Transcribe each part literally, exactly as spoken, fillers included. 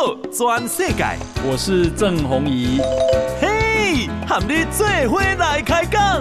道全世界， 我是郑弘仪。 嘿，和你做伙来开讲。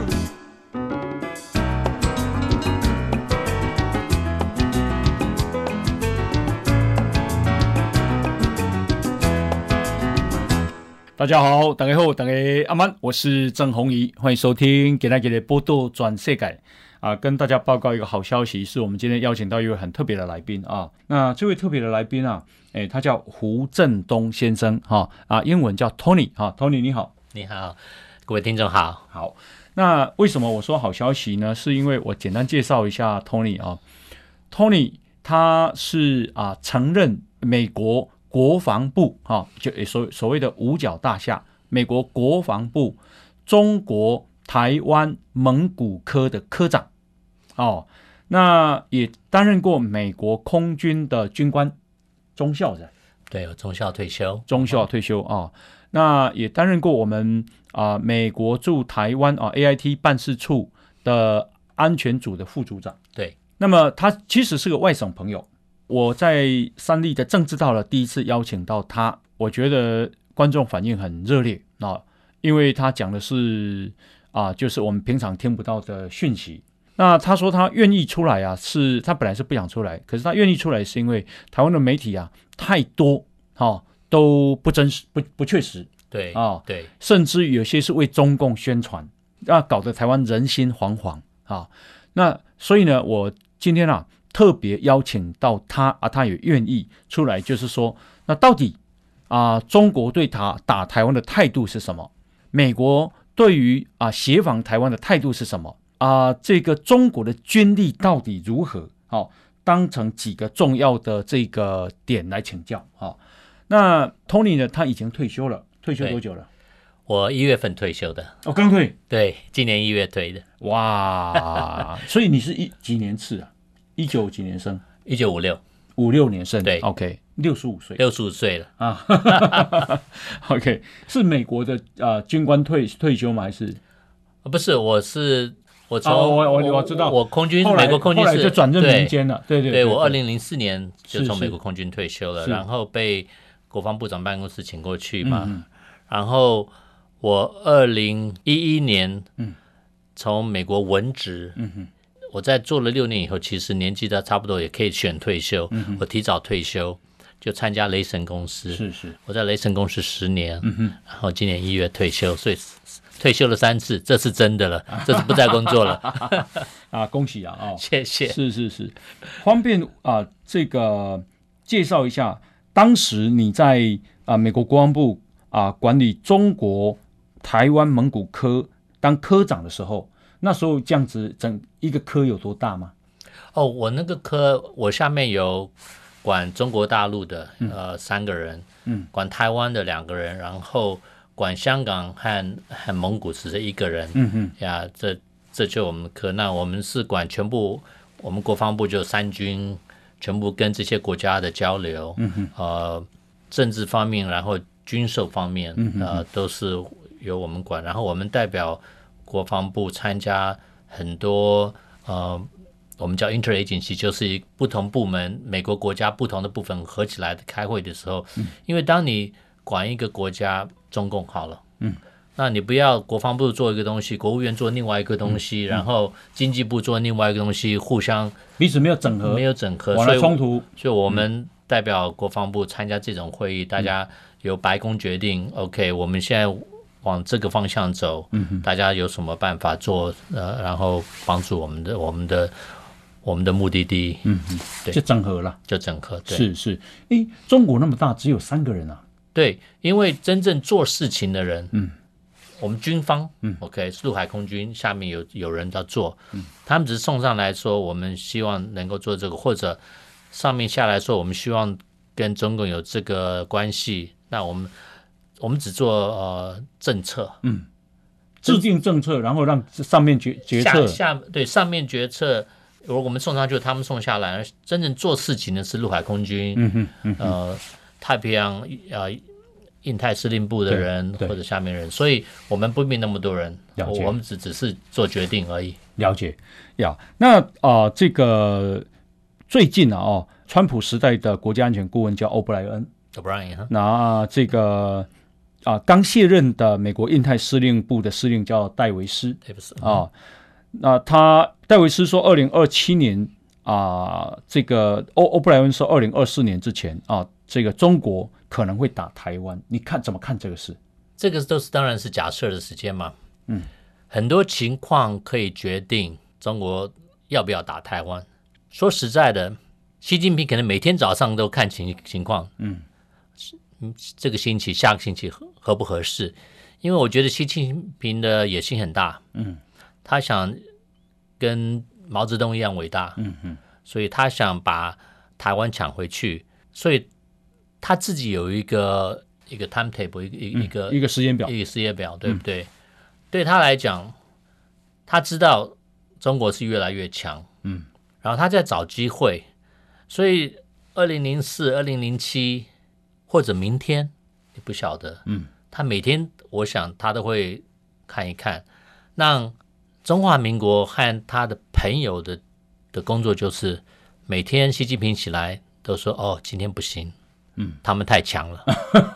大家好，大家好，大家阿曼，我是郑弘仪，欢迎收听今天的报道全世界啊，跟大家报告一个好消息，是我们今天邀请到一位很特别的来宾啊。那这位特别的来宾啊，哎，他叫胡振东先生哈啊，英文叫 Tony 哈 ，Tony 你好， 你好，各位听众好。 好，那为什么我说好消息呢？是因为我简单介绍一下 Tony 啊 ，Tony 他是啊曾任美国国防部哈，就所所谓的五角大厦，美国国防部中国台湾蒙古科的科长哦，那也担任过美国空军的军官，中校的， 对，我中校退休， 中校退休啊、哦，那也担任过我们啊、呃、美国驻台湾啊 A I T 办事处的安全组的副组长。 对， 那么他其实是个外省朋友。我在三立的政治道了第一次邀请到他，我觉得观众反应很热烈啊，因为他讲的是啊，就是我们平常听不到的讯息。那他说他愿意出来啊，是他本来是不想出来，可是他愿意出来是因为台湾的媒体啊太多啊，都不真实、不不确实， 对啊， 对， 甚至有些是为中共宣传，啊，搞得台湾人心惶惶啊。那所以呢，我今天啊。特别邀请到他啊，他也愿意出来，就是说，那到底啊，中国对他打台湾的态度是什么？美国对于啊协防台湾的态度是什么？啊，这个中国的军力到底如何？好、哦，当成几个重要的这个点来请教啊、哦。那 Tony 呢，他已经退休了，退休多久了？ 我一月份退休的。 哦，刚退？ 对，今年一月退的。 哇，所以你是一几年次啊？一九几年生？ 一九五六， 五六年生。 对 ，OK， 六十五岁， 六十五岁了啊。OK， 是美国的啊、呃、军官退退休吗？还是？ 不是，我是我从、 哦、我我我知道， 我空军美国空军是后来就转任民间了。对对 对, 对, 对, 对，我二零零四年就从美国空军退休了，然后被国防部长办公室请过去嘛。嗯、然后我二零一一年从美国文职。嗯哼。我在做了六年以后，其实年纪的差不多也可以选退休。嗯、我提早退休，就参加雷神公司。 是是， 我在雷神公司十年，嗯、然后今年一月退休，所以退休了三次，这是真的了，这次不再工作了。 啊，恭喜啊！哦， 谢谢。 是是是，方便啊、呃，这个介绍一下，当时你在啊、呃、美国国防部啊、呃、管理中国台湾蒙古科当科长的时候。那时候这样子，整一个科有多大吗？ 哦，我那个科，我下面有管中国大陆的、嗯、呃三个人，嗯，管台湾的两个人，然后管香港和和蒙古只是一个人，嗯哼呀，这这就我们科。那我们是管全部，我们国防部就三军，全部跟这些国家的交流，嗯哼，呃，政治方面，然后军售方面，嗯哼呃，都是由我们管，然后我们代表国防部参加很多呃，我们叫 interagency， 就是不同部门、美国国家不同的部分合起来的开会的时候，嗯、因为当你管一个国家，中共好了，嗯，那你不要国防部做一个东西，国务院做另外一个东西，嗯、然后经济部做另外一个东西，互相彼此没有整合， 没有整合， 往来冲突， 所以我们代表国防部参加这种会议，嗯、大家由白宫决定 ，OK， 我们现在往这个方向走，嗯、大家有什么办法做，呃，然后帮助我们的我们的我们的目的地， 嗯对，就整合了， 就整合，对， 是是，诶，中国那么大，只有三个人啊， 对，因为真正做事情的人，嗯，我们军方，嗯 ，OK， 陆海空军下面有有人在做，嗯，他们只是送上来说，我们希望能够做这个，或者上面下来说，我们希望跟中共有这个关系，那我们。我们只做呃政策，嗯， 制定政策，然后让上面决决策， 下下对上面决策，如果我们送上去，他们送下来，真正做事情的是陆海空军，嗯哼，嗯哼呃，太平洋呃印太司令部的人或者下面人，所以我们不必那么多人，我们只只是做决定而已。 了解，呀，那啊、呃，这个最近啊，哦，川普时代的国家安全顾问叫欧布莱恩。 O'Brien， 那这个啊刚卸任的美国印太司令部的司令叫戴维斯啊，那他戴维斯说，二零二七年啊，这个欧欧布莱恩说，二零二四年之前啊，这个中国可能会打台湾，你看怎么看这个事？ 这个都是当然是假设的时间嘛，嗯，很多情况可以决定中国要不要打台湾。说实在的，习近平可能每天早上都看情情况，嗯，这个星期、下个星期合合不合适？因为我觉得习近平的野心很大，嗯，他想跟毛泽东一样伟大，嗯嗯，所以他想把台湾抢回去，所以他自己有一个一个 timetable， 一个一个、 嗯、一个时间表， 一个时间表，对不对？嗯、对他来讲，他知道中国是越来越强，嗯，然后他在找机会，所以二零零四、二零零七或者明天，你不晓得，嗯，他每天我想他都会看一看，让中华民国和他的朋友的的工作就是每天习近平起来都说哦，今天不行，嗯，他们太强了，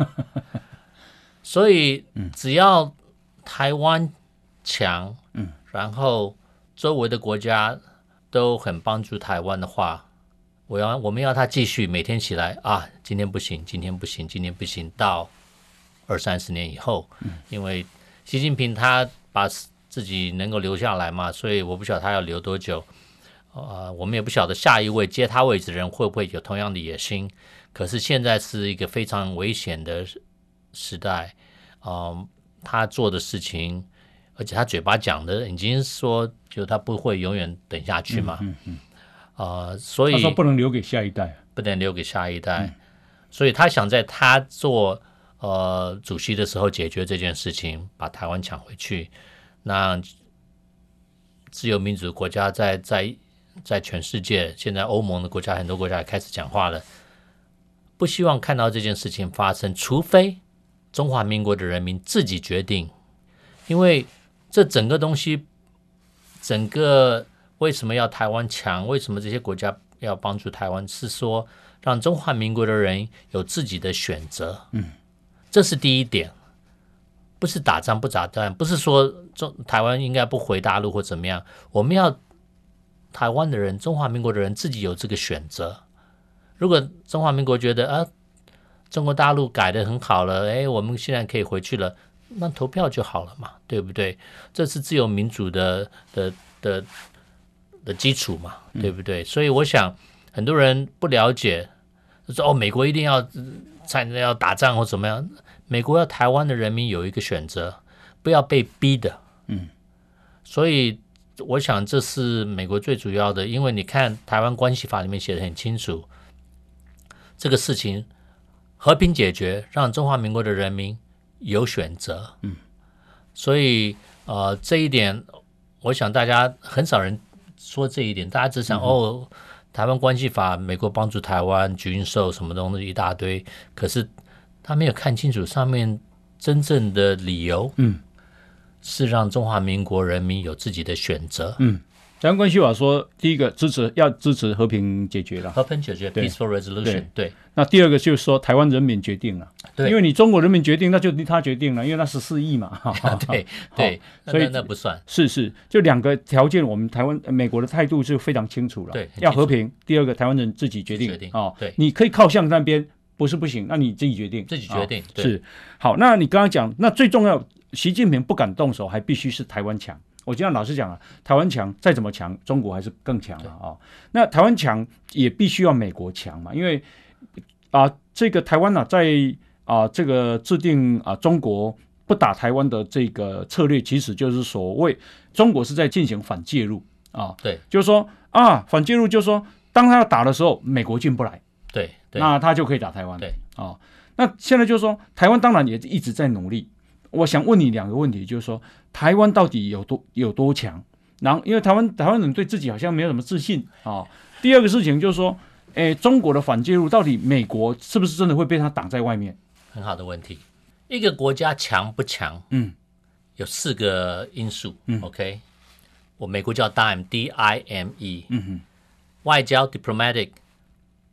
所以只要台湾强，嗯，然后周围的国家都很帮助台湾的话，我要我们要他继续每天起来啊，今天不行，今天不行，今天不行，到二三十年以后，嗯，因为习近平他把自己能够留下来嘛，所以我不晓得他要留多久，呃，我们也不晓得下一位接他位置的人会不会有同样的野心。可是现在是一个非常危险的时代，呃，他做的事情，而且他嘴巴讲的已经说，就他不会永远等下去嘛，嗯嗯嗯呃，所以他说不能留给下一代， 不能留给下一代，嗯、所以他想在他做呃主席的时候解决这件事情，把台湾抢回去。那自由民主国家在在在全世界，现在欧盟的国家很多国家也开始讲话了，不希望看到这件事情发生，除非中华民国的人民自己决定，因为这整个东西，整个为什么要台湾强？为什么这些国家要帮助台湾？是说让中华民国的人有自己的选择，嗯，这是第一点。不是打仗不打仗，不是说中台湾应该不回大陆或怎么样，我们要台湾的人、中华民国的人自己有这个选择。如果中华民国觉得啊，中国大陆改得很好了，哎，我们现在可以回去了，那投票就好了嘛，对不对？这是自由民主的的的的基础嘛，对不对？嗯、所以我想很多人不了解，说哦，美国一定要才要打仗或怎么样。美国要台湾的人民有一个选择，不要被逼的。嗯，所以我想这是美国最主要的，因为你看台湾关系法里面写得很清楚，这个事情和平解决，让中华民国的人民有选择。嗯，所以呃这一点，我想大家很少人说这一点，大家只想、嗯、哦，台湾关系法，美国帮助台湾军售什么东西一大堆，可是他没有看清楚上面真正的理由，嗯，是让中华民国人民有自己的选择。 嗯，台湾关系法说，第一个支持要支持和平解决了， 和平解决 （peaceful resolution） 对。 对，那第二个就是说台湾人民决定了，对，因为你中国人民决定，那就他决定了，因为那十四亿嘛。 对对，所以 那, 那不算。 是是，就两个条件，我们台湾美国的态度就非常清楚了， 对， 要和平。第二个，台湾人自己决定， 决定哦， 对， 你可以靠向那边。不是不行，那你自己决定， 自己决定、 哦、是好。那你刚刚讲，那最重要，习近平不敢动手，还必须是台湾强。我这样老实讲啊，台湾强再怎么强，中国还是更强了啊、哦。那台湾强也必须要美国强嘛，因为啊、呃，这个台湾呢、啊，在啊、呃、这个制定啊、呃、中国不打台湾的这个策略，其实就是所谓中国是在进行反介入啊， 对， 就是说啊反介入，就是说当他要打的时候，美国进不来。 对， 那他就可以打台湾。 对啊、哦，那现在就是说，台湾当然也一直在努力。我想问你两个问题，就是说，台湾到底有多有多强？然后，因为台湾台湾人对自己好像没有什么自信啊、哦。第二个事情就是说，诶，中国的反介入到底美国是不是真的会被他挡在外面？ 很好的问题。一个国家强不强？嗯，有四个因素。嗯 ，OK， 我美国叫 D I M E， D I M E， 嗯哼，外交 diplomatic。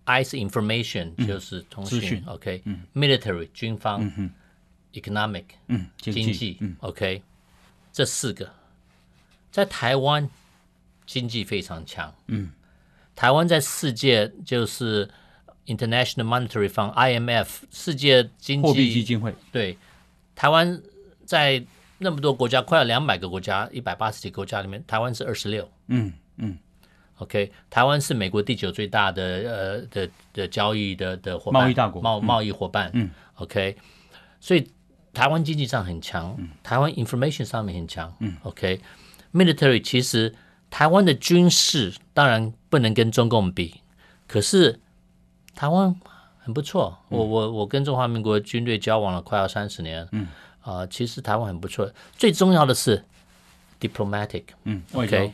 I 是 information，、嗯、就是通讯， 讯 OK，military、嗯、军方、嗯、，economic、 嗯、 经济， 经济嗯、OK， 这四个在台湾经济非常强，嗯，台湾在世界就是 International Monetary Fund（I M F） 世界经济货币基金会， 对，台湾在那么多国家，快要两百个国家，一百八十几个国家里面，台湾是二十六， 嗯嗯。 OK， 台湾是美国第九最大的呃的的交易的的伙伴， 贸易大国， 贸贸易伙伴， 嗯 ，OK， 所以台湾经济上很强，嗯、台湾 information 上面很强，嗯 ，OK，military、okay? 其实台湾的军事当然不能跟中共比，可是台湾很不错，嗯、我我我跟中华民国军队交往了快要三十年，嗯，啊、呃，其实台湾很不错，最重要的是 diplomatic， 嗯 ，OK。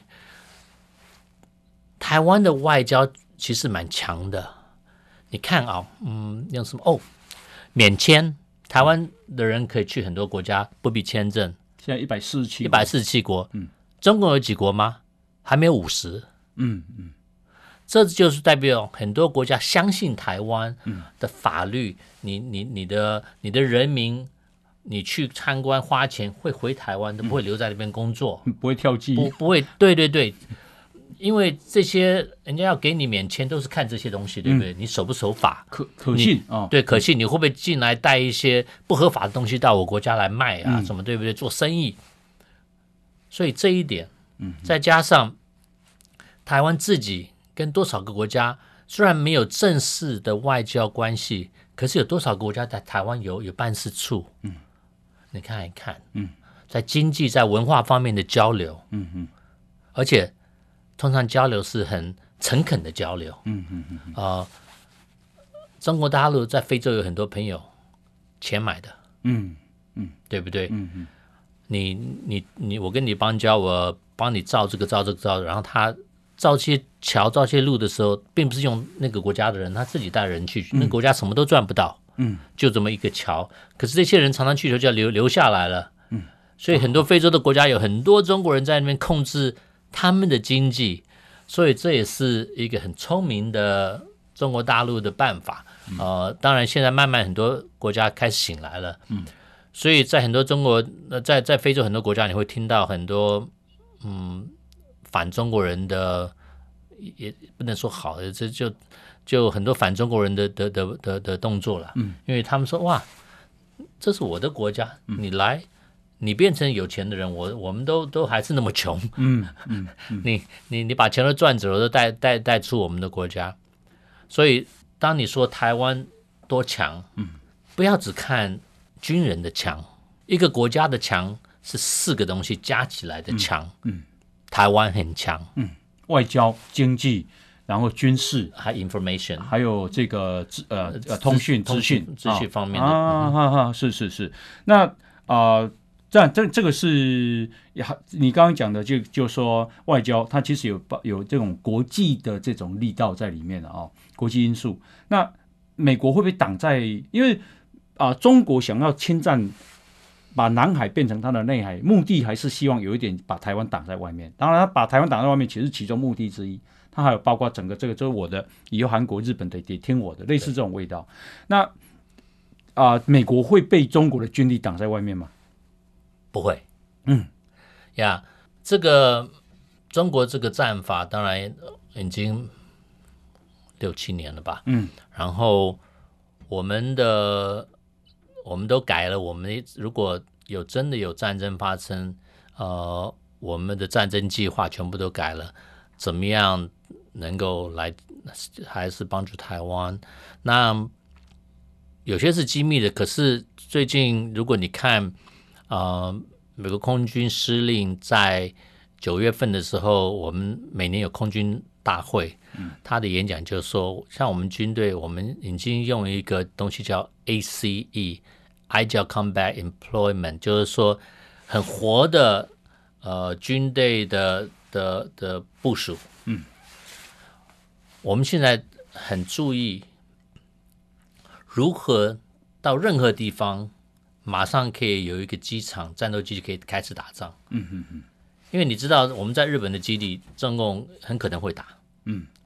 台湾的外交其实蛮强的，你看啊，嗯，用什么哦？免签，台湾的人可以去很多国家，不必签证。 现在一百四十七， 一百四十七国，嗯，中国有几国吗？还没有五十， 嗯嗯， 这就是代表很多国家相信台湾的法律，嗯、你你你的你的人民，你去参观花钱会回台湾，都不会留在那边工作， 嗯、不会跳机， 不不会，对对对。因为这些人家要给你免签，都是看这些东西，对不对？嗯、你守不守法？ 可可信啊？ 哦、对，可信。你会不会进来带一些不合法的东西到我国家来卖啊？嗯、什么对不对？做生意。所以这一点，嗯，再加上台湾自己跟多少个国家虽然没有正式的外交关系，可是有多少个国家在台湾有有办事处？嗯，你看一看，嗯，在经济在文化方面的交流，嗯嗯，而且。通常交流是很诚恳的交流，嗯嗯嗯，啊、呃，中国大陆在非洲有很多朋友，钱买的，嗯嗯，对不对？嗯嗯，你你你，我跟你邦交，我帮你造这个造这个造，然后他造些桥造些路的时候，并不是用那个国家的人，他自己带人去，嗯、那个国家什么都赚不到，嗯，就这么一个桥，可是这些人常常去的时候就要留留下来了，嗯，所以很多非洲的国家有很多中国人在那边控制。他们的经济，所以这也是一个很聪明的中国大陆的办法。嗯、呃，当然现在慢慢很多国家开始醒来了，嗯，所以在很多中国，呃，在在非洲很多国家，你会听到很多嗯反中国人的，也不能说好的，这就就很多反中国人的的的的的动作了，嗯，因为他们说哇，这是我的国家，你来。你变成有钱的人，我我们都都还是那么穷，嗯嗯，嗯你你你把钱都赚走了，都带带带出我们的国家，所以当你说台湾多强，嗯，不要只看军人的强，一个国家的强是四个东西加起来的强，嗯，嗯台湾很强， 嗯，外交、经济，然后军事， 还 information， 还有这个呃呃通讯、资讯、 资讯方面的啊，哈哈，是是是，那啊。呃这样，这这个是你刚刚讲的就，就就说外交，它其实有有这种国际的这种力道在里面的啊、哦，国际因素。那美国会不会挡在？因为啊、呃，中国想要侵占，把南海变成它的内海，目的还是希望有一点把台湾挡在外面。当然，他把台湾挡在外面，其实是其中目的之一。它还有包括整个这个，就是我的，以后韩国、日本得得听我的，类似这种味道。那啊、呃，美国会被中国的军力挡在外面吗？ 不会， 嗯， 呀，这个中国这个战法当然已经六七年了吧，嗯，然后我们的我们都改了，我们如果有真的有战争发生，呃，我们的战争计划全部都改了，怎么样能够来还是帮助台湾？那有些是机密的，可是最近如果你看。呃，美国空军司令在九月份的时候，我们每年有空军大会，嗯、他的演讲就说，像我们军队，我们已经用一个东西叫 A C E，Agile Combat Employment， 就是说很活的呃军队的的的部署。嗯，我们现在很注意如何到任何地方。马上可以有一个机场战斗机可以开始打仗，嗯嗯嗯，因为你知道我们在日本的基地，中共很可能会打，嗯，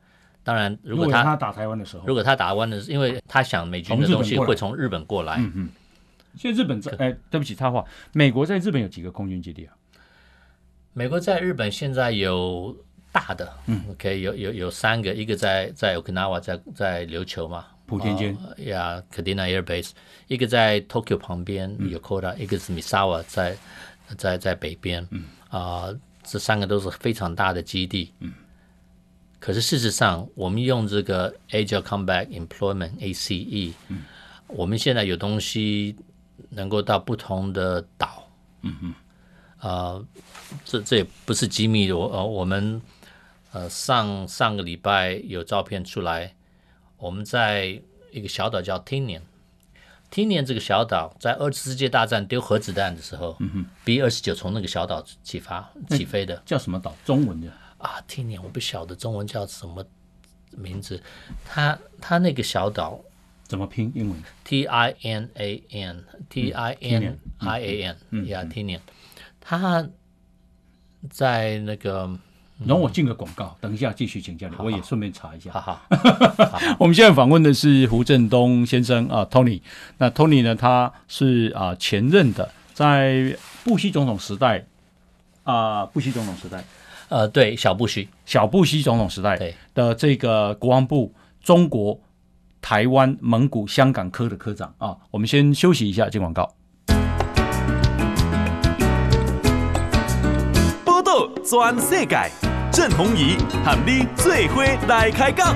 当然，如果他如果他打台湾的时候， 如果他打湾的，因为他想美军的东西会从日本过来。 嗯嗯。现在日本在，哎，对不起，插话，美国在日本有几个空军基地啊？ 美国在日本现在有大的，嗯 ，OK， 有有有三个，一个在在 Okinawa， 在在琉球嘛， 莆田间呀 ，Kadena Air Base， 一个在 Tokyo 旁边 Yokota，、嗯、一个是 Misawa 在在在北边，嗯啊、呃，这三个都是非常大的基地，嗯。可是事实上，我们用这个 Agile Combat Employment A C E，、嗯、我们现在有东西能够到不同的岛，嗯嗯，呃，这这也不是机密的，我呃我们呃上上个礼拜有照片出来，我们在一个小岛叫 Tinian，Tinian 这个小岛在二次世界大战丢核子弹的时候，嗯、B 二十九从那个小岛起发起飞的， 叫什么岛？中文的啊 ，Tinian 我不晓得中文叫什么名字，它它那个小岛。 怎么拼英文 ？T I N A N T I N I A N， 呀 ，Tinian， 他在那个， 容我进个广告，等一下继续请教你，我也顺便查一下。 好好， 我们现在访问的是胡振东先生啊 ，Tony。那 Tony 呢，他是啊前任的，在布希总统时代啊，布希总统时代， 呃，对，小布希， 小布希总统时代的这个国防部中国。台湾、蒙古、香港科的科长啊，我们先休息一下，进广告。 报道全世界，郑鸿仪和你做伙来开讲。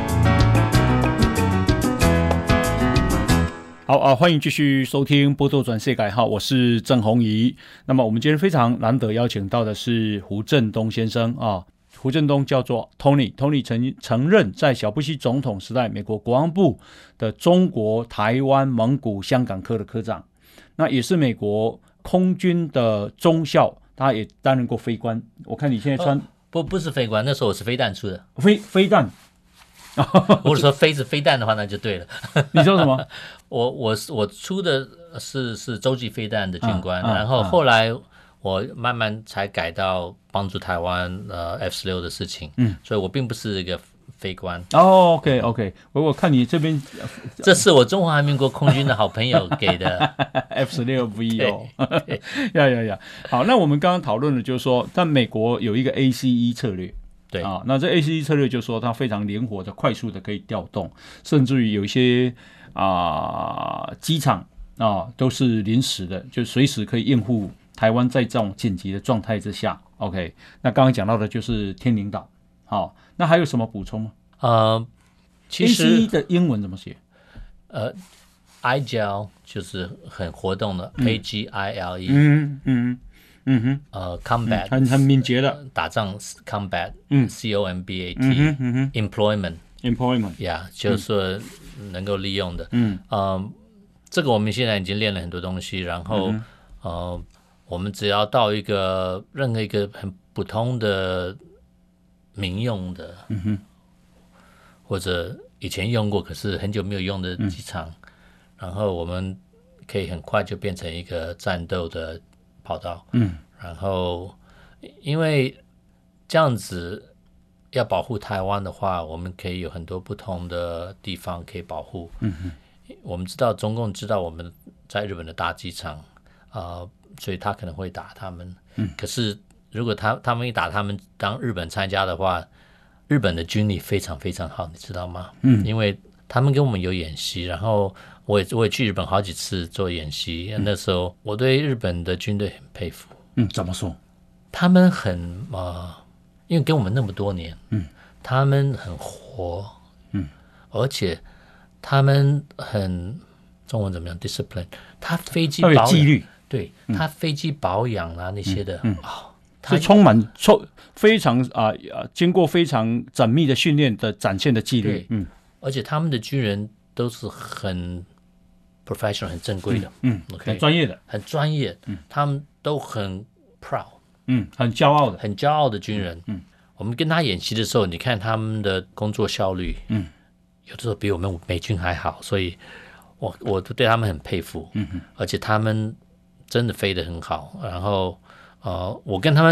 好啊，欢迎继续收听《波多转世界》哈，我是郑鸿仪。那么我们今天非常难得邀请到的是胡振东先生啊。胡振东叫做 Tony，Tony 曾曾任在小布希总统时代美国国防部的中国、台湾、蒙古、香港科的科长，那也是美国空军的中校，他也担任过飞官。我看你现在穿、哦、 不不是飞官，那时候我是飞弹出的， 飞飞弹。 我说飞是飞弹的话，那就对了。 你说什么？ 我我我出的是是洲际飞弹的军官， 啊啊、 然后后来。我慢慢才改到帮助台湾呃 F 十六的事情，嗯，所以我并不是一个飞官。 哦 ，OK OK， 我我看你这边， 这是我中华民国空军的好朋友给的 F 十六 V 哦，呀呀呀，好，那我们刚刚讨论的就是说，在美国有一个 A C E 策略， 对啊，那这 A C E 策略就是说它非常灵活的、快速的可以调动，甚至于有一些啊机场啊都是临时的，就随时可以应付。台湾在这种紧急的状态之下 ，OK， 那刚刚讲到的就是天宁岛，好、哦，那还有什么补充吗？ 呃，其实 A C E 的英文怎么写？ 呃 ，Agile 就是很活动的、嗯、，A G I L E， 嗯嗯嗯哼， 呃 ，Combat、嗯、 很很敏捷的打仗 ，Combat， 嗯 ，C O M B A T， 嗯嗯哼 ，Employment，Employment， 呀， yeah, 就是说能够利用的，嗯，呃，这个我们现在已经练了很多东西，然后、嗯、呃。我们只要到一个任何一个很普通的民用的，嗯哼，或者以前用过可是很久没有用的机场，嗯、然后我们可以很快就变成一个战斗的跑道，嗯，然后因为这样子要保护台湾的话，我们可以有很多不同的地方可以保护，嗯哼，我们知道中共知道我们在日本的大机场，啊、呃。所以他可能会打他们，嗯、可是如果他他们一打他们，当日本参加的话，日本的军力非常非常好，你知道吗？嗯，因为他们跟我们有演习，然后我也我也去日本好几次做演习，嗯、那时候我对日本的军队很佩服。 嗯，怎么说？ 他们很呃，因为跟我们那么多年，嗯，他们很活，嗯，而且他们很中文怎么样 ？discipline， 他飞机保养纪律。 对他飞机保养啊、嗯、那些的，嗯，哦、 是充满充非常啊、呃、经过非常缜密的训练的展现的纪律，嗯， 而且他们的军人都是很 professional 很正规的， 嗯，嗯 okay, 很专业的， 很专业，嗯，他们都很 proud， 嗯，很骄傲的， 很骄傲的军人，嗯，我们跟他演习的时候，你看他们的工作效率，嗯，有的时候比我们美军还好，所以我我对他们很佩服，嗯，而且他们。真的飞得很好，然后呃，我跟他们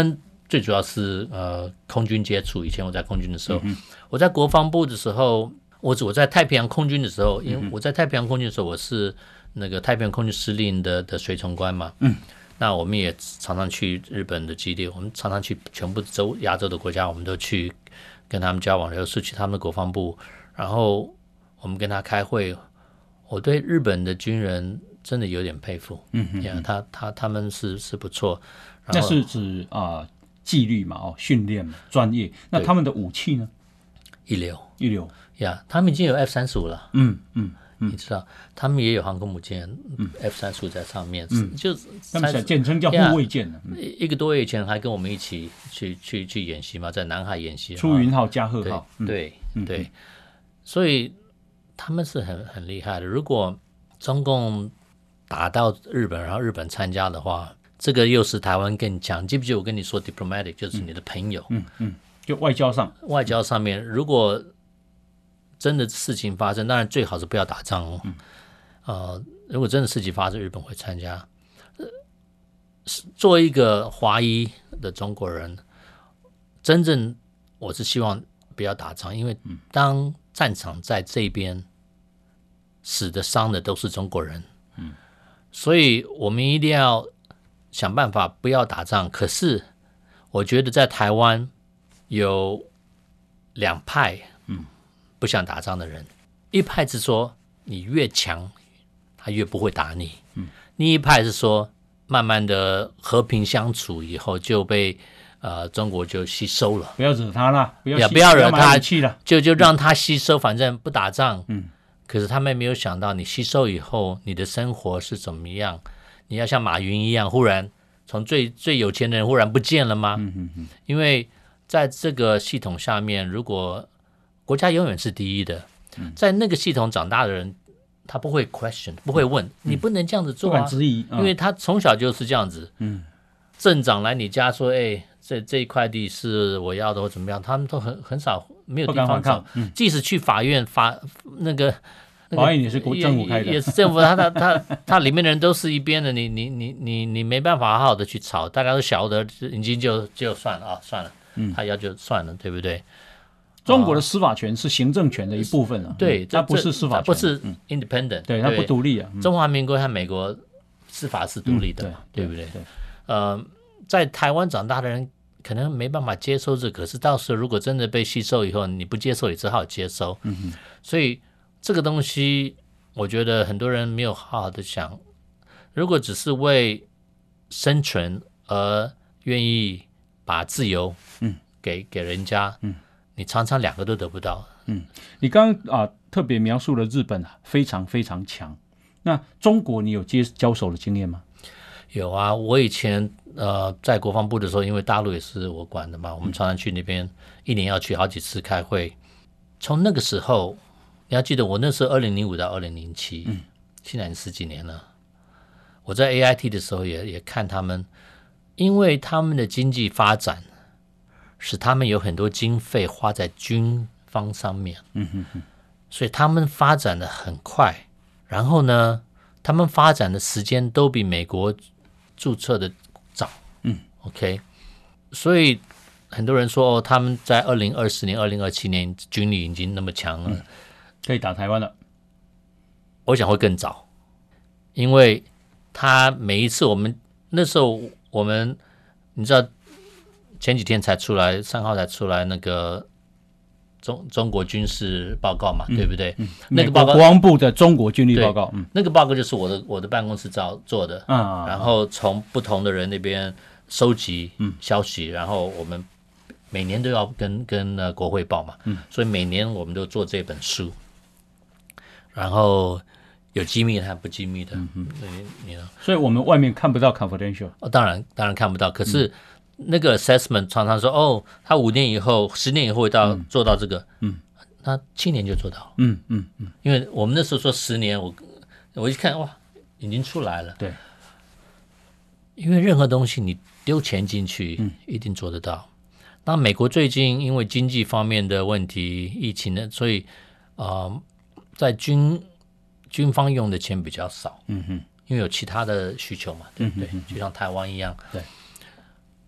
最主要是呃空军接触。以前我在空军的时候，嗯、我在国防部的时候，我我在太平洋空军的时候，因为我在太平洋空军的时候，我是那个太平洋空军司令的的随从官嘛。嗯，那我们也常常去日本的基地，我们常常去全部洲亚洲的国家，我们都去跟他们交往，有时去他们的国防部，然后我们跟他开会。我对日本的军人真的有点佩服，嗯嗯，yeah, 他他他们是是不错。 那是指啊、呃、纪律嘛，哦，训练嘛，专业。那他们的武器呢？ 一流一流呀， yeah, 他们已经有 F 三十五了， 嗯嗯嗯， 你知道，他们也有航空母舰、嗯、F 三十五在上面，嗯，就他们简称叫护卫舰、 yeah, 嗯、一个多月前还跟我们一起去去去演习嘛，在南海演习， 出云号、加贺号， 对、嗯、对、嗯、所以。他们是很很厉害的。如果中共打到日本，然后日本参加的话，这个又是台湾更强。记不记得我跟你说 ，diplomatic 就是你的朋友， 嗯嗯，就外交上， 外交上面，如果真的事情发生，当然最好是不要打仗哦。嗯、呃，如果真的事情发生，日本会参加。呃、作为一个华裔的中国人，真正我是希望不要打仗，因为当战场在这边，死的伤的都是中国人，嗯，所以我们一定要想办法不要打仗。可是我觉得在台湾有两派，嗯，不想打仗的人，一派是说你越强，他越不会打你，嗯，另一派是说慢慢的和平相处以后就被。呃，中国就吸收了， 不要惹他了，不要不要惹他， 就就让他吸收，反正不打仗。嗯，可是他们没有想到，你吸收以后，你的生活是怎么样？你要像马云一样，忽然从最最有钱的人忽然不见了吗？嗯嗯嗯。因为在这个系统下面，如果国家永远是第一的，在那个系统长大的人，他不会 question， 不会问，嗯、你不能这样子做啊， 不敢质疑， 因为他从小就是这样子。嗯，镇长来你家说，哎。这这一块地是我要的或怎么样，他们都很很少没有地方走、嗯，即使去法院法那个， 那个、法院也是国政府开的， 也是政府，他他他他里面的人都是一边的，你你你你你没办法好好的去吵，大家都晓得，已经就就算了啊，算了，嗯，他要就算了，对不对？ 中国的司法权是行政权的一部分啊， 对， 它不是司法权， 不是 independent，、嗯、 对，它不独立啊。 中华民国和美国司法是独立的，嗯、对, 对不对？对，呃，在台湾长大的人。可能没办法接受这个，可是到时候如果真的被吸收以后，你不接受也只好接收。嗯哼，所以这个东西，我觉得很多人没有好好的想。如果只是为生存而愿意把自由嗯给给人家，嗯，你常常两个都得不到。 嗯，你刚刚啊特别描述了日本非常非常强，那中国你有接交手的经验吗？ 有啊，我以前呃在国防部的时候，因为大陆也是我管的嘛，我们常常去那边，一年要去好几次开会。从那个时候，你要记得我那时候二零零五到二零零七，嗯，现在十几年了。我在 A I T 的时候也也看他们，因为他们的经济发展，使他们有很多经费花在军方上面，嗯哼哼，所以他们发展的很快。然后呢，他们发展的时间都比美国注册的早，嗯 ，OK， 所以很多人说哦，他们在二零二四年、二零二七年军力已经那么强了，嗯， 可以打台湾了。 我想会更早，因为他每一次我们那时候我们你知道前几天才出来，三号才出来那个中中国军事报告嘛，嗯，对不对？嗯， 那个报告，国防部的中国军力报告， 嗯，那个报告就是我的我的办公室照做的，嗯，然后从不同的人那边收集消息，嗯，然后我们每年都要跟跟呃国会报嘛，嗯，所以每年我们都做这本书，然后有机密的和不机密的，嗯嗯，你呢？ 所以我们外面看不到 confidential， 哦，当然当然看不到，可是。嗯，那个 assessment 常常说哦，他五年以后、十年以后会到，嗯，做到这个，嗯，他七年就做到， 嗯嗯嗯， 因为我们那时候说十年，我我一看哇，已经出来了， 对， 因为任何东西你丢钱进去，嗯，一定做得到。那美国最近因为经济方面的问题、疫情的，所以啊，呃，在军军方用的钱比较少，嗯哼，因为有其他的需求嘛，对不对？嗯，就像台湾一样， 对。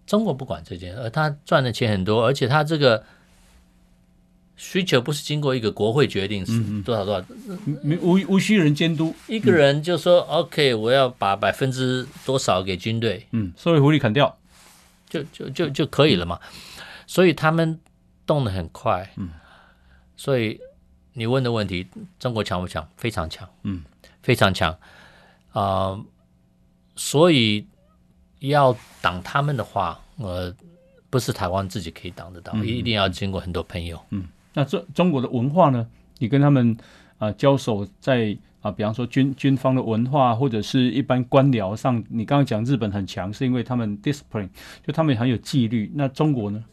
中国不管这件，而他赚的钱很多，而且他这个需求不是经过一个国会决定是多少多少， 无无需人监督， 一个人就说、嗯、OK， 我要把百分之多少给军队， 嗯，社会福利砍掉， 就就就就可以了嘛。所以他们动得很快，嗯，所以你问的问题，中国强不强？非常强，嗯，非常强啊、呃。所以要挡他们的话，呃，不是台湾自己可以挡得到，嗯、一定要经过很多朋友， 嗯。那中中国的文化呢？你跟他们啊、呃、交手在啊、呃，比方说军军方的文化，或者是一般官僚上，你刚刚讲日本很强，是因为他们 discipline， 就他们很有纪律。那中国呢？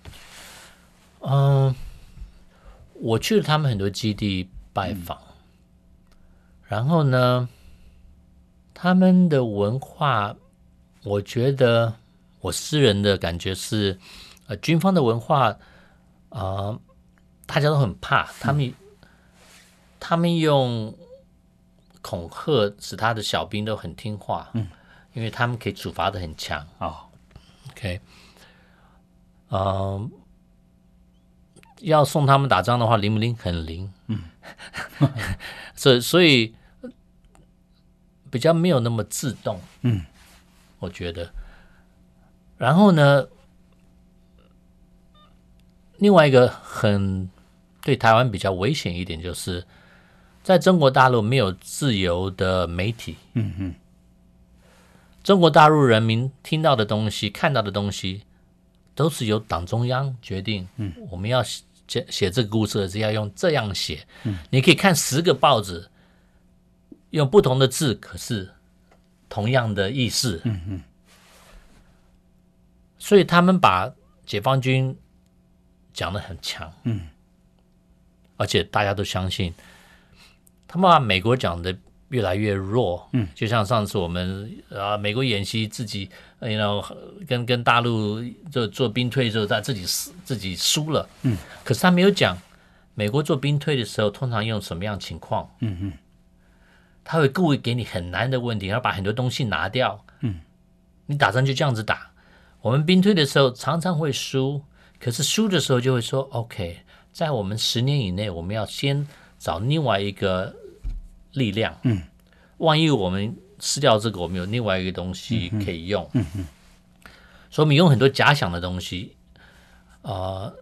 嗯，我去了他们很多基地拜访，嗯、然后呢，他们的文化，我觉得我私人的感觉是，呃，军方的文化啊。呃大家都很怕他们、嗯，他们用恐吓使他的小兵都很听话，嗯，因为他们可以处罚的很强啊、哦。OK， 嗯、呃，要送他们打仗的话，灵不灵？很灵，嗯，所以所以比较没有那么自动，嗯，我觉得。然后呢，另外一个很对台湾比较危险一点，就是在中国大陆没有自由的媒体。嗯嗯，中国大陆人民听到的东西、看到的东西，都是由党中央决定。嗯，我们要写写这个故事是要用这样写。嗯，你可以看十个报纸，用不同的字，可是同样的意思。嗯嗯，所以他们把解放军讲得很强。嗯。而且大家都相信，他们把美国讲的越来越弱，嗯，就像上次我们啊，美国演习自己，you know，跟跟大陆就做兵退之后，他自己自己输了，嗯，可是他没有讲美国做兵退的时候通常用什么样情况，嗯嗯，他会故意给你很难的问题，然后把很多东西拿掉，嗯，你打仗就这样子打，我们兵退的时候常常会输，可是输的时候就会说 OK。在我们十年以内，我们要先找另外一个力量。嗯，万一我们失掉这个，我们有另外一个东西可以用。嗯嗯，所以我们用很多假想的东西，呃，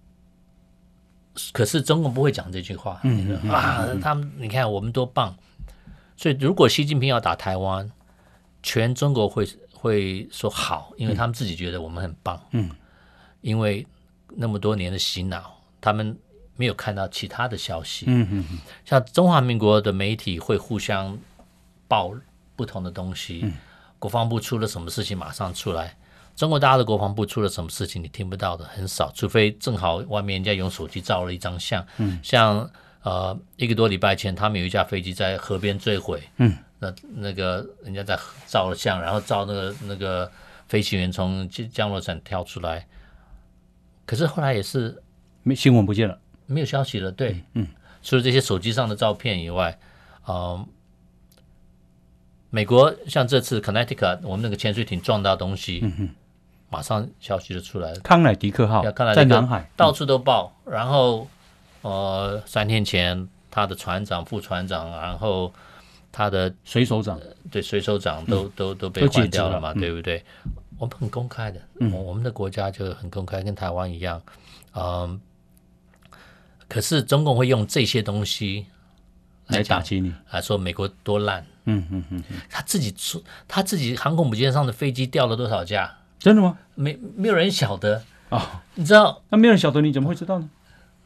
可是中国不会讲这句话。嗯嗯啊，他们你看我们多棒。所以如果习近平要打台湾，全中国会会说好，因为他们自己觉得我们很棒。嗯，因为那么多年的洗脑。他们没有看到其他的消息，嗯嗯嗯，像中华民国的媒体会互相报不同的东西，嗯、国防部出了什么事情马上出来，中国大陆的国防部出了什么事情你听不到的很少，除非正好外面人家用手机照了一张相，嗯、像呃一个多礼拜前他们有一架飞机在河边坠毁，嗯、那那个人家在照了相，然后照那个那个飞行员从降落伞跳出来，可是后来也是。 没新闻不见了， 没有消息了。对，嗯，除了这些手机上的照片以外，呃，美国像这次 Connecticut 我们那个潜水艇撞到东西，嗯哼，马上消息就出来了。 康乃狄克号在南海， 到处都报。嗯、然后，呃，三天前他的船长、副船长，然后他的水手长， 呃、对水手长都、嗯、都都被换掉了嘛，了对不对？嗯、我们很公开的，嗯，我们的国家就很公开，跟台湾一样，嗯。可是中共会用这些东西来打击你， 来说美国多烂。 嗯嗯嗯， 他自己说，他自己航空母舰上的飞机掉了多少架？ 真的吗？ 没没有人晓得啊、哦！ 你知道？ 那没有人晓得，你怎么会知道呢？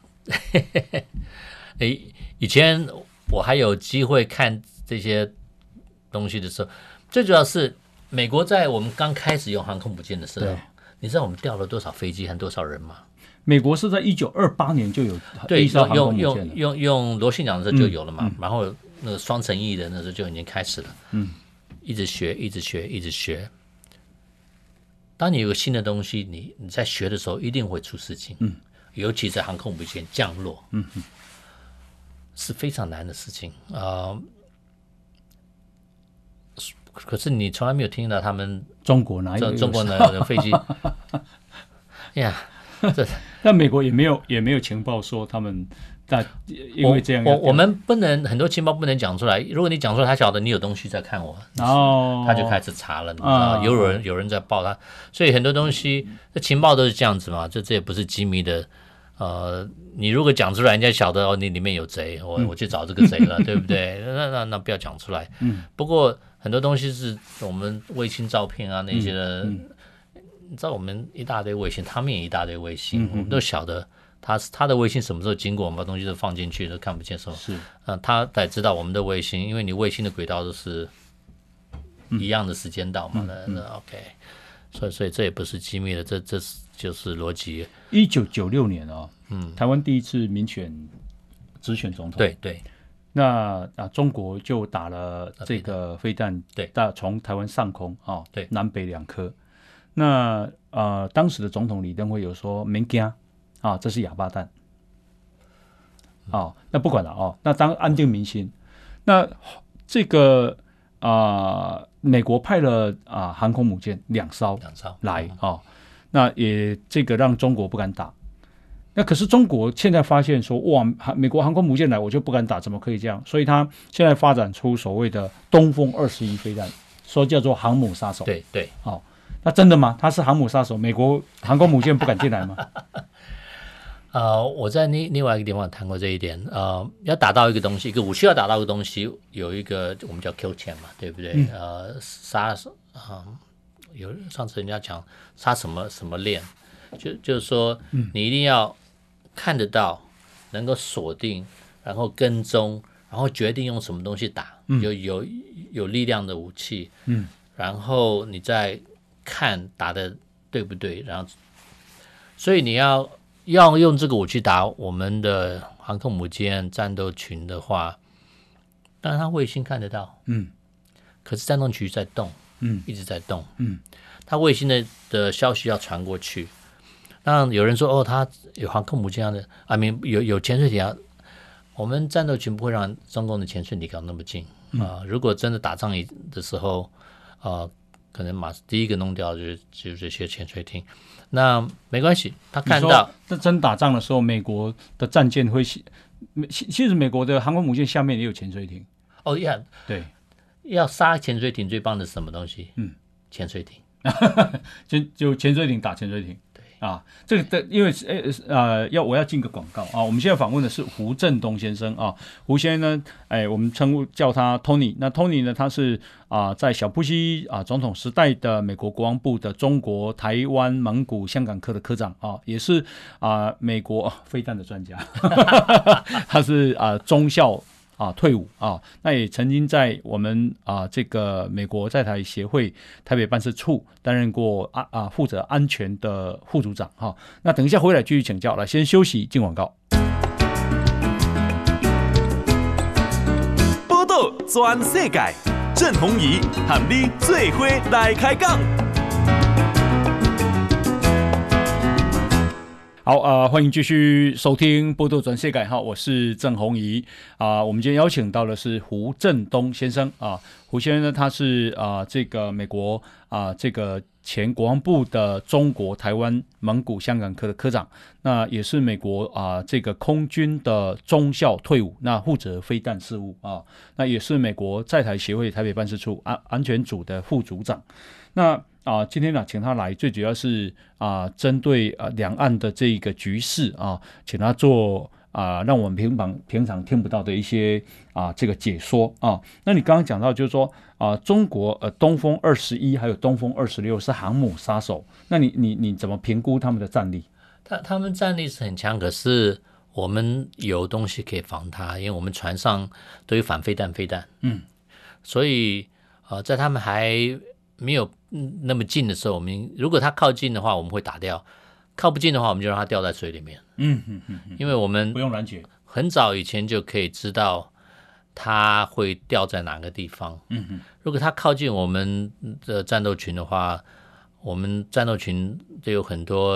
哎，以前我还有机会看这些东西的时候，最主要是美国在我们刚开始用航空母舰的时候，你知道我们掉了多少飞机和多少人吗？ 美国是在一九二八年就有对用用用用罗信长的时候就有了嘛，嗯嗯、然后那个双层翼的那时候就已经开始了，嗯，一直学，一直学，一直学。当你有个新的东西，你你在学的时候一定会出事情，嗯，尤其在航空母舰降落，嗯嗯，是非常难的事情啊、呃。 可是你从来没有听到他们中国哪有中国哪有飞机呀？这但美国也没有也没有情报说他们。那因为这样我，我我们不能很多情报不能讲出来。如果你讲出来，他晓得你有东西在看我， 哦， 他就开始查了，你知道，有人有人在报他，所以很多东西，这情报都是这样子嘛。这这也不是机密的，呃，你如果讲出来，人家晓得哦，你里面有贼，我我去找这个贼了，对不对？那那那不要讲出来。嗯。不过很多东西是我们卫星照片啊那些的，嗯嗯、你知道我们一大堆卫星，他们也一大堆卫星，嗯、我们都晓得。他他的卫星什么时候经过，我们把东西都放进去都看不见，是吧？ 是， 呃，他才知道我们的卫星，因为你卫星的轨道都是一样的时间到嘛，那、嗯、那 OK， 所以所以这也不是机密的，这这就是逻辑。 一九九六年哦，嗯，台湾第一次民选直选总统， 对对， 那啊中国就打了这个飞弹， 对， 大从台湾上空啊、哦， 对， 南北两颗，那呃当时的总统李登辉有说免惊。啊，这是哑巴弹，哦，那不管了哦，那当安定民心，那这个啊、呃，美国派了啊、呃、航空母舰两艘两艘来啊、哦，那也这个让中国不敢打。那可是中国现在发现说，哇，美国航空母舰来，我就不敢打，怎么可以这样？所以他现在发展出所谓的东风二十一飞弹，说叫做航母杀手。 对对， 哦，那真的吗？他是航母杀手，美国航空母舰不敢进来吗？ 呃，我在另另外一个地方谈过这一点。呃，要打到一个东西，一个武器要打到一个东西，有一个我们叫 Q 潜嘛，对不对？嗯、呃，杀啊、呃，有上次人家讲杀什么什么链，就就是说，你一定要看得到，能够锁定，然后跟踪，然后决定用什么东西打，嗯、有有有力量的武器，嗯，然后你再看打的对不对，然后，所以你要。要用这个武器打我们的航空母舰战斗群的话，当然它卫星看得到，嗯，可是战斗群在动，嗯，一直在动，嗯，它卫星的的消息要传过去。那有人说，哦，它有航空母舰的，啊，明有有潜水艇啊，我们战斗群不会让中共的潜水艇搞那么近啊、呃。如果真的打仗的时候，啊、呃，可能马第一个弄掉就是就是这些潜水艇。那没关系，他看到在真打仗的时候，美国的战舰会，其实美国的航空母舰下面也有潜水艇。 哦呀， 对， 要杀潜水艇最棒的是什么东西？嗯，潜水艇， 就就潜水艇打潜水艇。 对啊，这个的因为呃要我要进个广告啊，我们现在访问的是胡正东先生啊，胡先生呢，哎，我们称呼叫他 Tony， 那 Tony 呢，他是啊在小布希啊总统时代的美国国防部的中国、台湾、蒙古、香港科的科长啊，也是啊美国、啊、飞弹的专家，他是啊中校。啊，退伍啊，那也曾经在我们啊这个美国在台协会台北办事处担任过啊啊负责安全的副组长哈、啊。那等一下回来继续请教，来先休息进广告。 报道全世界，郑鸿仪和你做伙来开讲。 好啊、呃，欢迎继续收听《波多转世界》哈，我是郑鸿仪啊、呃。我们今天邀请到的是胡正东先生啊，胡先生呢，他是啊、呃、这个美国啊、呃、这个前国防部的中国、台湾、蒙古、香港科的科长，那也是美国啊、呃、这个空军的中校退伍，那负责飞弹事务啊，那也是美国在台协会台北办事处安安全组的副组长，那。啊，今天呢，请他来，最主要是啊，针对啊两岸的这个局势啊，请他做啊，让我们平常平常听不到的一些啊这个解说啊。那你刚刚讲到，就是说啊，中国呃东风二十一还有东风二十六是航母杀手，那你你你怎么评估他们的战力？ 他他们战力是很强，可是我们有东西可以防他，因为我们船上都有反飞弹飞弹，嗯，所以呃，在他们还没有那么近的时候，我们如果他靠近的话，我们会打掉；靠不近的话，我们就让他掉在水里面。嗯嗯嗯，因为我们不用拦截， 很早以前就可以知道他会掉在哪个地方。嗯嗯，如果他靠近我们的战斗群的话，我们战斗群就有很多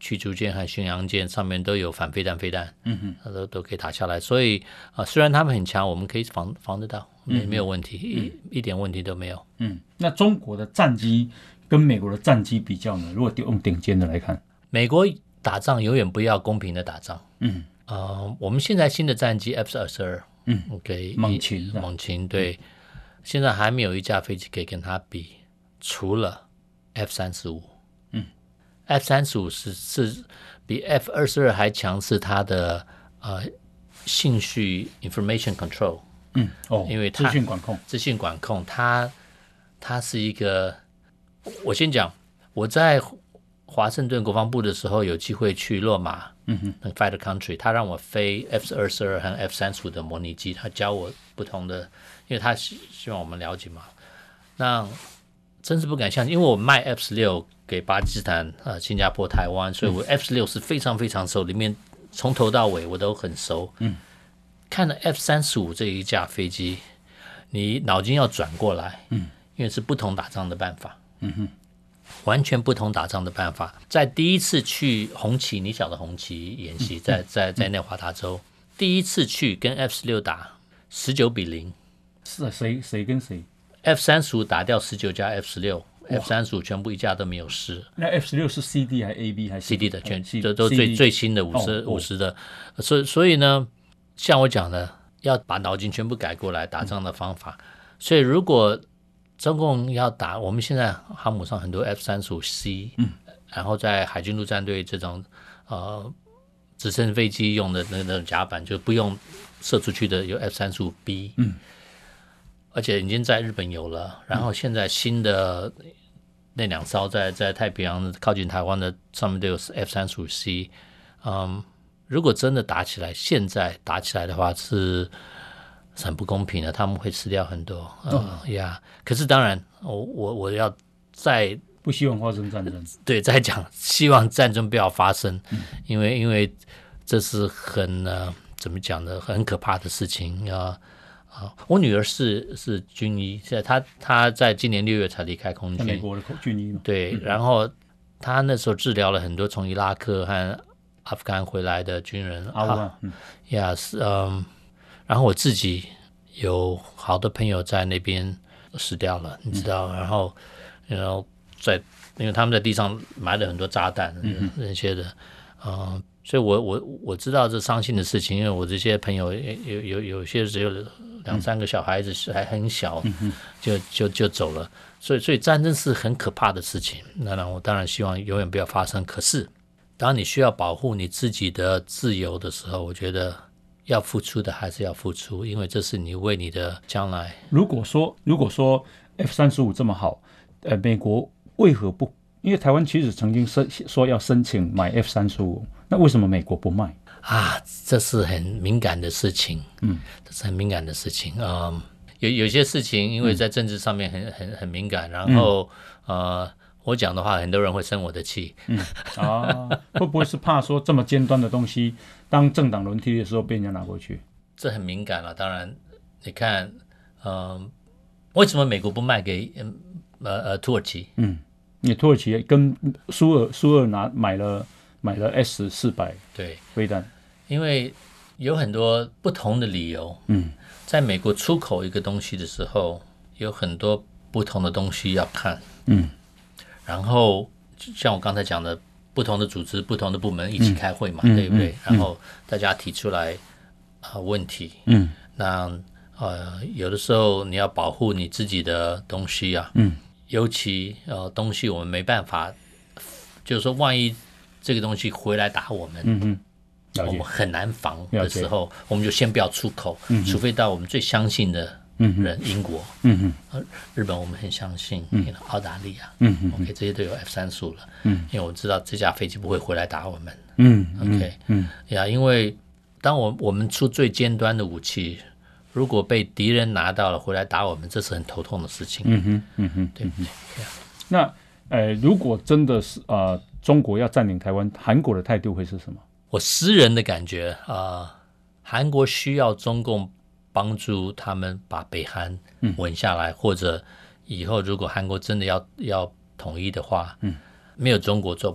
驱逐舰和巡洋舰上面都有反飞弹飞弹， 嗯哼，都都可以打下来。所以啊、呃，虽然他们很强，我们可以防防得到，没没有问题，嗯、一一点问题都没有。 嗯，那中国的战机跟美国的战机比较呢？如果用顶尖的来看， 美国打仗永远不要公平的打仗。 嗯， 呃，我们现在新的战机 F 二十二， 嗯 ，OK， 猛禽， 猛禽，对，嗯、现在还没有一架飞机可以跟它比，除了 F 三十五。 嗯 ，F 三十五是是比 F 二十二还强，是它的呃信息 information control。 嗯，哦， 因为它资讯管控， 资讯管控，它它是一个，我先讲，我在华盛顿国防部的时候，有机会去洛马， 嗯哼 ，Fighter Country， 他让我飞 F 二十二和 F 三十五的模拟机，他教我不同的，因为他希希望我们了解嘛。那真是不敢相信，因为我卖 F 十六给巴基斯坦、呃新加坡、台湾，所以我 F 十六是非常非常熟，里面从头到尾我都很熟。 嗯， 看了 F 三十五这一架飞机，你脑筋要转过来， 嗯， 因为是不同打仗的办法。 嗯哼。 完全不同打仗的办法。在第一次去红旗，你晓得红旗演习，在在在内华达州，第一次去跟 F 十六打十九比零， 是谁谁跟谁 ？F 三十五打掉十九架 F 十六，F 三十五全部一架都没有事。 那 F 十六是 C D 还是 A B 还是 C D 的，全这都都最最新的五十五十的，所以所以呢，像我讲的，要把脑筋全部改过来打仗的方法。所以如果中共要打，我们现在航母上很多 F 三十五 C， 嗯，然后在海军陆战队这种呃直升飞机用的那那种甲板就不用射出去的有 F 三十五 B， 嗯， 而且已经在日本有了，然后现在新的那两艘在在太平洋靠近台湾的上面都有 F 三十五 C， 嗯，如果真的打起来，现在打起来的话是。是很不公平的，他们会吃掉很多啊呀、呃 yeah, 可是当然，我我我要再不希望发生战争， 对，再讲，希望战争不要发生，嗯、因为因为这是很呃怎么讲呢，很可怕的事情啊啊、呃！我女儿是是军医，现在她她在今年六月才离开空军， 美国的军医嘛， 对， 嗯、 然后她那时候治疗了很多从伊拉克和阿富汗回来的军人， 阿富汗，嗯， 呀是嗯。然后我自己有好多朋友在那边死掉了，你知道，嗯、然后然后在因为他们在地上埋了很多炸弹，嗯、那些的，呃，所以我我我知道这伤心的事情，因为我这些朋友有有有些只有两三个小孩子还很小，嗯、就就就走了，所以所以战争是很可怕的事情。那我当然希望永远不要发生。可是当你需要保护你自己的自由的时候，我觉得。要付出的还是要付出，因为这是你为你的将来。 如果说如果说 F 三十五这么好，呃，美国为何不？因为台湾其实曾经申说要申请买 F 三十五，那为什么美国不卖啊？这是很敏感的事情， 嗯， 这是很敏感的事情啊、嗯。有有些事情，因为在政治上面很很很敏感，然后、嗯、呃。我讲的话，很多人会生我的气。 嗯啊，会不会是怕说这么尖端的东西，当政党轮替的时候被人家拿过去？ 这很敏感了、啊。当然，你看，嗯、呃，为什么美国不卖给呃呃土耳其？ 嗯，你土耳其跟苏尔苏尔拿买了买了 S 四百对飞弹， 因为有很多不同的理由。 嗯， 在美国出口一个东西的时候，有很多不同的东西要看。 嗯。 然后像我刚才讲的，不同的组织、不同的部门一起开会嘛， 嗯、 对不对？ 嗯、 然后大家提出来啊、呃、问题， 嗯， 那呃有的时候你要保护你自己的东西啊， 嗯， 尤其呃东西我们没办法，就是说万一这个东西回来打我们， 嗯嗯， 我们很难防的时候，我们就先不要出口，嗯、除非到我们最相信的。人，英国， 嗯哼，日本我们很相信， 嗯， 澳大利亚， 嗯嗯 ，OK， 这些都有 F 三十五了， 嗯， 因为我知道这架飞机不会回来打我们， 嗯 ，OK， 嗯， 呀，因為當我我們出最尖端的武器，如果被敵人拿到了回來打我們，這是很頭痛的事情， 嗯哼，嗯哼， 對不對？ 那呃，如果真的是呃中國要佔領台灣，韓國的態度會是什麼？ 我私人的感覺啊、呃，韓國需要中共。幫助他們把北韓穩下來、嗯，或者以後如果韓國真的要要統一的話，嗯，沒有中國做不了。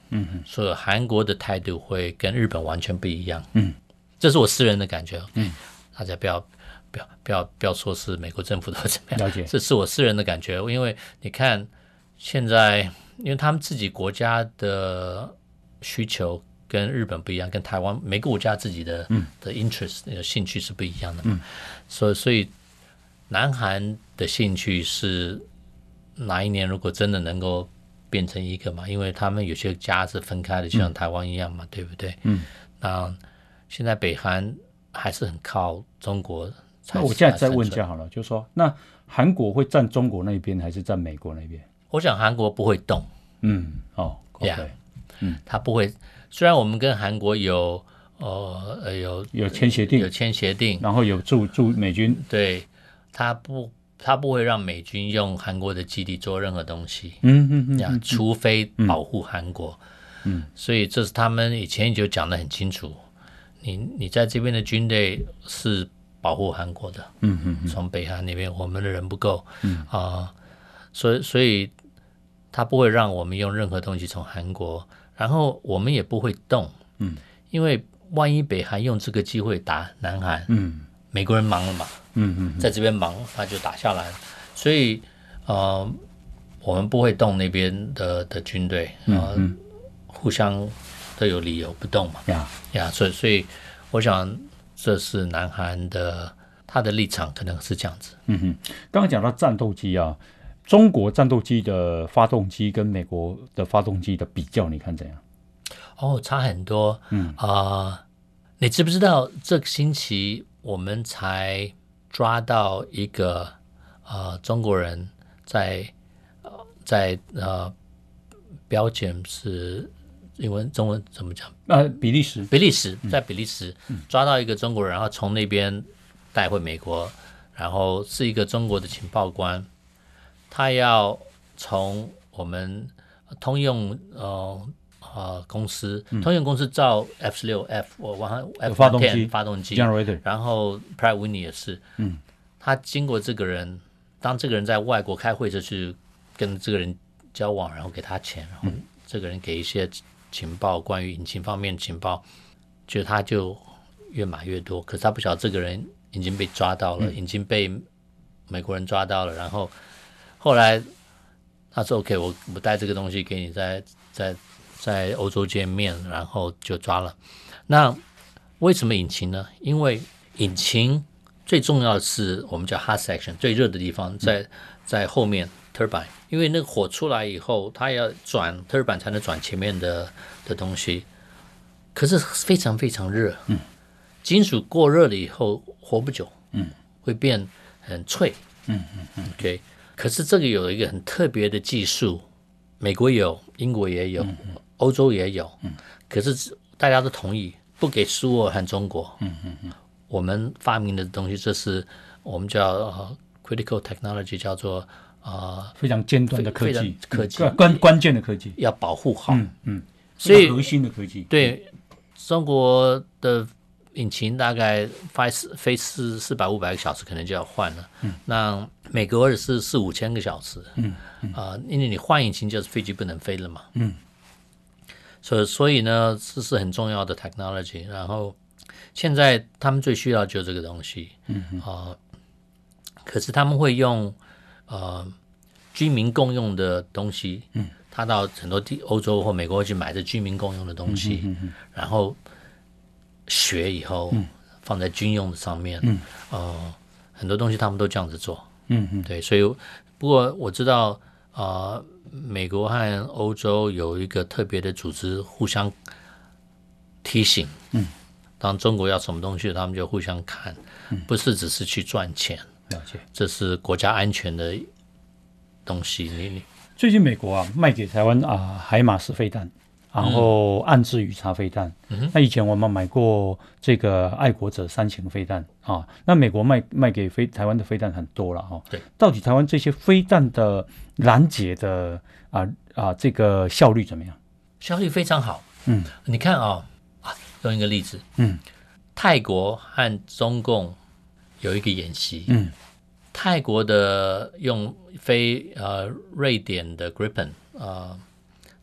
嗯嗯， 所以韩国的态度会跟日本完全不一样。 嗯， 这是我私人的感觉。 嗯， 大家不要不要不要不要说是美国政府的怎么样， 了解。 这是我私人的感觉，因为你看现在，因为他们自己国家的需求跟日本不一样，跟台湾每个国家自己的、嗯、的 interest 那个兴趣是不一样的嘛。嗯，所以所以南韩的兴趣是哪一年如果真的能够变成一个嘛，因为他们有些家是分开的，就像台湾一样嘛，嗯、对不对？嗯，那现在北韩还是很靠中国。 那我现在再问一下好了，就是说，那韩国会站中国那边还是站美国那边？ 我想韩国不会动。 嗯，哦 ，OK， yeah, 嗯，他不会。虽然我们跟韩国有呃有有签协定， 有签协定， 然后有驻驻美军， 对，他不。他不会让美军用韩国的基地做任何东西， 嗯嗯嗯，嗯除非保护韩国，嗯，所以这是他们以前就讲得很清楚，你你在这边的军队是保护韩国的， 嗯嗯嗯， 从北韩那边我们的人不够，嗯啊、呃，所以所以他不会让我们用任何东西从韩国，然后我们也不会动，嗯，因为万一北韩用这个机会打南韩，嗯。美国人忙了嘛，嗯嗯，在这边忙，他就打下来，所以呃，我们不会动那边的的军队，呃、嗯嗯，互相都有理由不动嘛，呀呀，所以所以我想这是南韩的他的立场可能是这样子。 嗯哼，刚刚讲到战斗机啊，中国战斗机的发动机跟美国的发动机的比较，你看怎样？ 哦，差很多，嗯啊、呃，你知不知道这个星期？我们才抓到一个呃中国人在呃在呃标检是英文中文怎么讲？ 呃，比利时， 比利时在比利时、嗯、抓到一个中国人，然后从那边带回美国，然后是一个中国的情报官，他要从我们通用呃。呃，公司通用公司造 F 十六 F 我往 F 发动机发动机， 然后 Pratt Whitney 也是，嗯，他经过这个人，当这个人在外国开会，就去跟这个人交往，然后给他钱，然后这个人给一些情报，关于引擎方面的情报，就他就越买越多，可是他不晓得这个人已经被抓到了，嗯、已经被美国人抓到了，然后后来他说 OK， 我我带这个东西给你，在在。在欧洲见面，然后就抓了。那为什么引擎呢？因为引擎最重要的是我们叫 hot section 最热的地方在在后面 turbine， 因为那个火出来以后，它要转 turbine 才能转前面的的东西，可是非常非常热。嗯，金属过热了以后活不久，嗯，会变很脆。嗯嗯嗯 ，OK。可是这个有一个很特别的技术，美国有，英国也有。嗯嗯欧洲也有，嗯，可是大家都同意不给苏俄和中国。嗯嗯嗯，我们发明的东西，这是我们叫、呃、critical technology， 叫做呃非常尖端的科技， 科技关关键的科技要保护好。 嗯嗯， 所以核心的科技。 对，中国的引擎大概飞飞四四百五百个小时，可能就要换了。嗯，那美国是四五千个小时。嗯嗯啊、呃，因为你换引擎，就是飞机不能飞了嘛。嗯。所以，所以呢，这是很重要的 technology。然后，现在他们最需要就是这个东西，嗯啊、呃，可是他们会用呃居民共用的东西，嗯，他到很多地欧洲或美国去买这居民共用的东西，嗯嗯、然后学以后、嗯、放在军用的上面，嗯，呃，很多东西他们都这样子做，嗯嗯，对，所以不过我知道啊。呃美国和欧洲有一个特别的组织，互相提醒。嗯，当中国要什么东西，他们就互相看，嗯、不是只是去赚钱。 了解， 这是国家安全的东西。你你最近美国啊，卖给台湾啊海马斯飞弹，然后暗制雨叉飞弹。嗯、那以前我们买过这个爱国者三型飞弹啊，那美国卖卖给飞台湾的飞弹很多了哈。 对， 到底台湾这些飞弹的拦截的啊啊这个效率怎么样？ 效率非常好。嗯，你看啊、哦、啊，用一个例子，嗯，泰国和中共有一个演习，嗯，泰国的用飞呃瑞典的 Gripen 呃。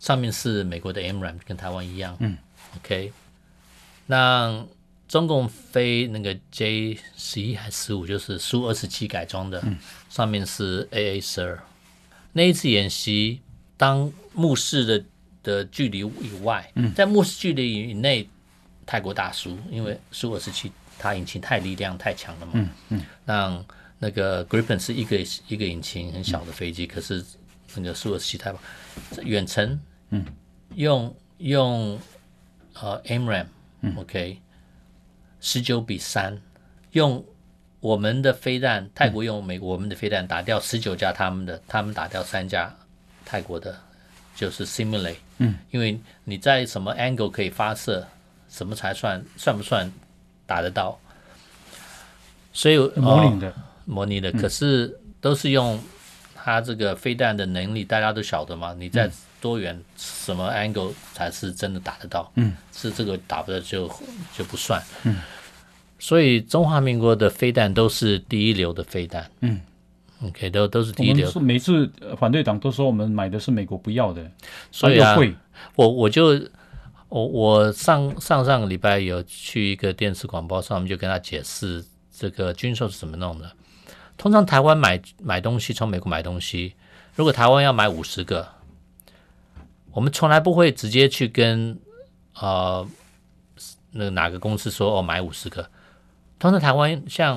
上面是美国的 M RAM， 跟台湾一样。 嗯 ，OK， 那中共飞那个 J 十一还十五，就是苏二十七改装的，嗯、上面是 A A 十二。那一次演习，当目视的的距离以外，嗯、在目视距离以内，泰国大输，因为苏二十七它引擎太力量太强了嘛。嗯嗯，让那个 Gripen 是一个一个引擎很小的飞机，嗯、可是那个苏二十七太棒，远程，嗯，用用呃 M RAM，嗯、OK。十九比三，用我们的飞弹，泰国用美国我们的飞弹打掉十九架他们的，他们打掉三架泰国的，就是 simulate， 嗯，因为你在什么 angle 可以发射，什么才算算不算打得到，所以模拟的、哦、 模拟的，可是都是用它这个飞弹的能力，大家都晓得嘛，你在多远、嗯、什么 angle 才是真的打得到，嗯，是这个打不到就就不算，嗯。所以中华民国的飞弹都是第一流的飞弹，嗯 ，OK， 都都是第一流。 我们每次反对党都说我们买的是美国不要的，所以啊， 我我就我我上上上个礼拜有去一个电视广播上，我们就跟他解释这个军售是怎么弄的。通常台湾买买东西，从美国买东西，如果台湾要买五十个，我们从来不会直接去跟呃那哪个公司说哦买五十个。通常台湾像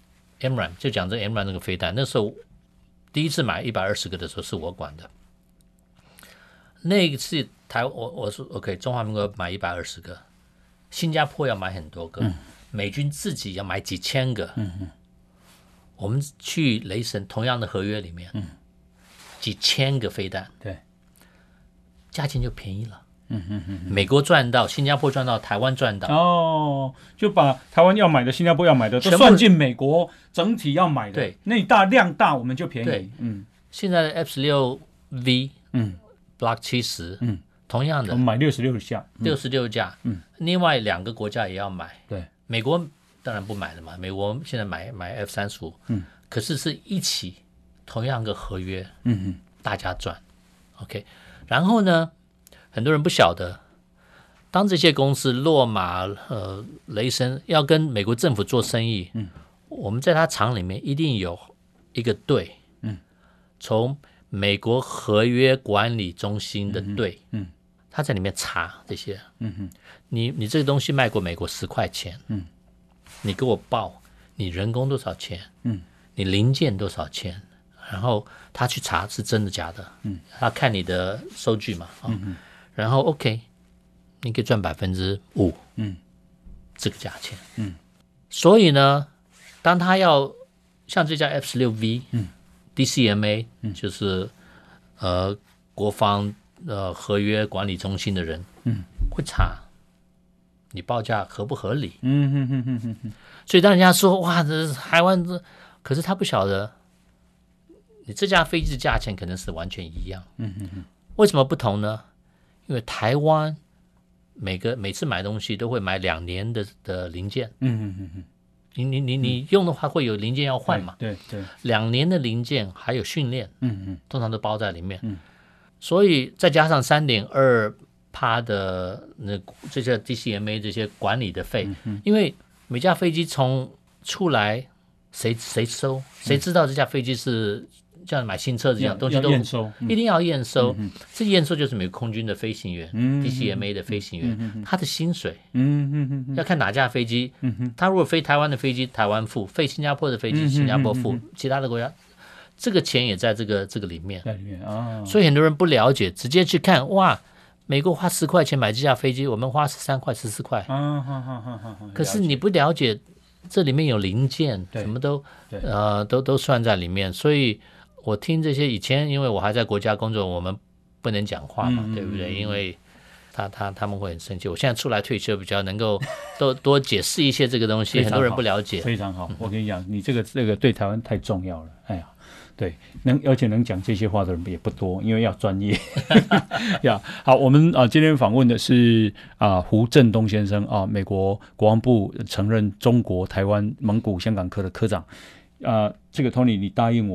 M RAM 就讲这 M RAM 那个飞弹，那时候第一次买一百二十个的时候是我管的。那一次台我我说 OK， 中华民国买一百二十个，新加坡要买很多个，嗯、美军自己要买几千个。嗯嗯、我们去雷神同样的合约里面，嗯、几千个飞弹， 对， 价钱就便宜了。嗯嗯嗯，美国赚到，新加坡赚到，台湾赚到。 哦，就把台湾要买的、新加坡要买的都算进美国整体要买的。 对， 那大量大我们就便宜。 对，嗯。现在的 F 十六 V， 嗯 ，Block 七十，嗯，同样的， 我们买六十六架， 六十六架，嗯。另外两个国家也要买。 对， 美国当然不买了嘛，美国现在买买 F 三十五，嗯，可是是一起同样个合约，嗯嗯，大家赚 ，OK， 然后呢？很多人不晓得，当这些公司洛马、呃雷神要跟美国政府做生意，嗯，我们在他厂里面一定有一个队，嗯，从美国合约管理中心的队，嗯，嗯他在里面查这些，嗯哼，你你这个东西卖过美国十块钱，嗯，你给我报你人工多少钱，嗯，你零件多少钱，然后他去查是真的假的，嗯，他看你的收据嘛，哦、嗯。然后 OK， 你可以赚百分之五，嗯，这个价钱，嗯，所以呢，当他要像这家 F 十六 V， 嗯 ，D C M A， 嗯，就是呃国防呃合约管理中心的人，嗯，会查你报价合不合理，嗯哼哼哼哼哼，所以当人家说哇，这台湾这，可是他不晓得，你这架飞机的价钱可能是完全一样，嗯哼哼，为什么不同呢？因为台湾每个每次买东西都会买两年的的零件，嗯嗯嗯嗯，你你你你用的话会有零件要换嘛？ 对 对, 对， 两年的零件还有训练，嗯嗯，通常都包在里面，嗯，所以再加上三点二趴的那这些 D C M A 这些管理的费，嗯嗯，因为每架飞机从出来谁谁收，谁知道这架飞机是。像买新车这样东西都验收， 一定要验收。嗯、这验收就是美国空军的飞行员、嗯、D C M A 的飞行员，嗯、他的薪水，嗯、要看哪架飞机。嗯、他如果飞台湾的飞机，台湾付；飞新加坡的飞机，新加坡付；嗯、其他的国家，这个钱也在这个这个里面。 在里面啊， 所以很多人不了解，直接去看哇，美国花十块钱买这架飞机，我们花十三块、十四块。啊哈哈哈哈！可是你不了解，这里面有零件，什么都呃都都算在里面，所以。我听这些以前，因为我还在国家工作，我们不能讲话嘛，嗯、对不对？因为他他他们会很生气。我现在出来退休，比较能够多多解释一些这个东西，很多人不了解。 非常好，我跟你讲，你这个这个对台湾太重要了。哎呀，对，能而且能讲这些话的人也不多，因为要专业。呀，好，我们啊、呃、今天访问的是啊、呃、胡振东先生啊、呃，美国国防部承认中国台湾蒙古香港科的科长啊、呃，这个 Tony 你答应我。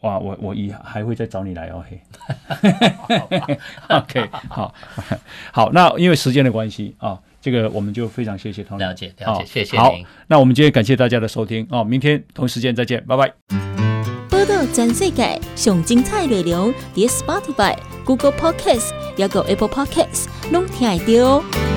哇，我我以还会再找你来哦，嘿。OK， 好，好，那因为时间的关系啊，这个我们就非常谢谢 Tony。 了解了解，谢谢好， 您。 那我们今天感谢大家的收听哦，明天同一时间再见，拜拜。 报道全世界上精彩内容，伫 Spotify、Google Podcast， 还有 Apple Podcast， 拢听得到。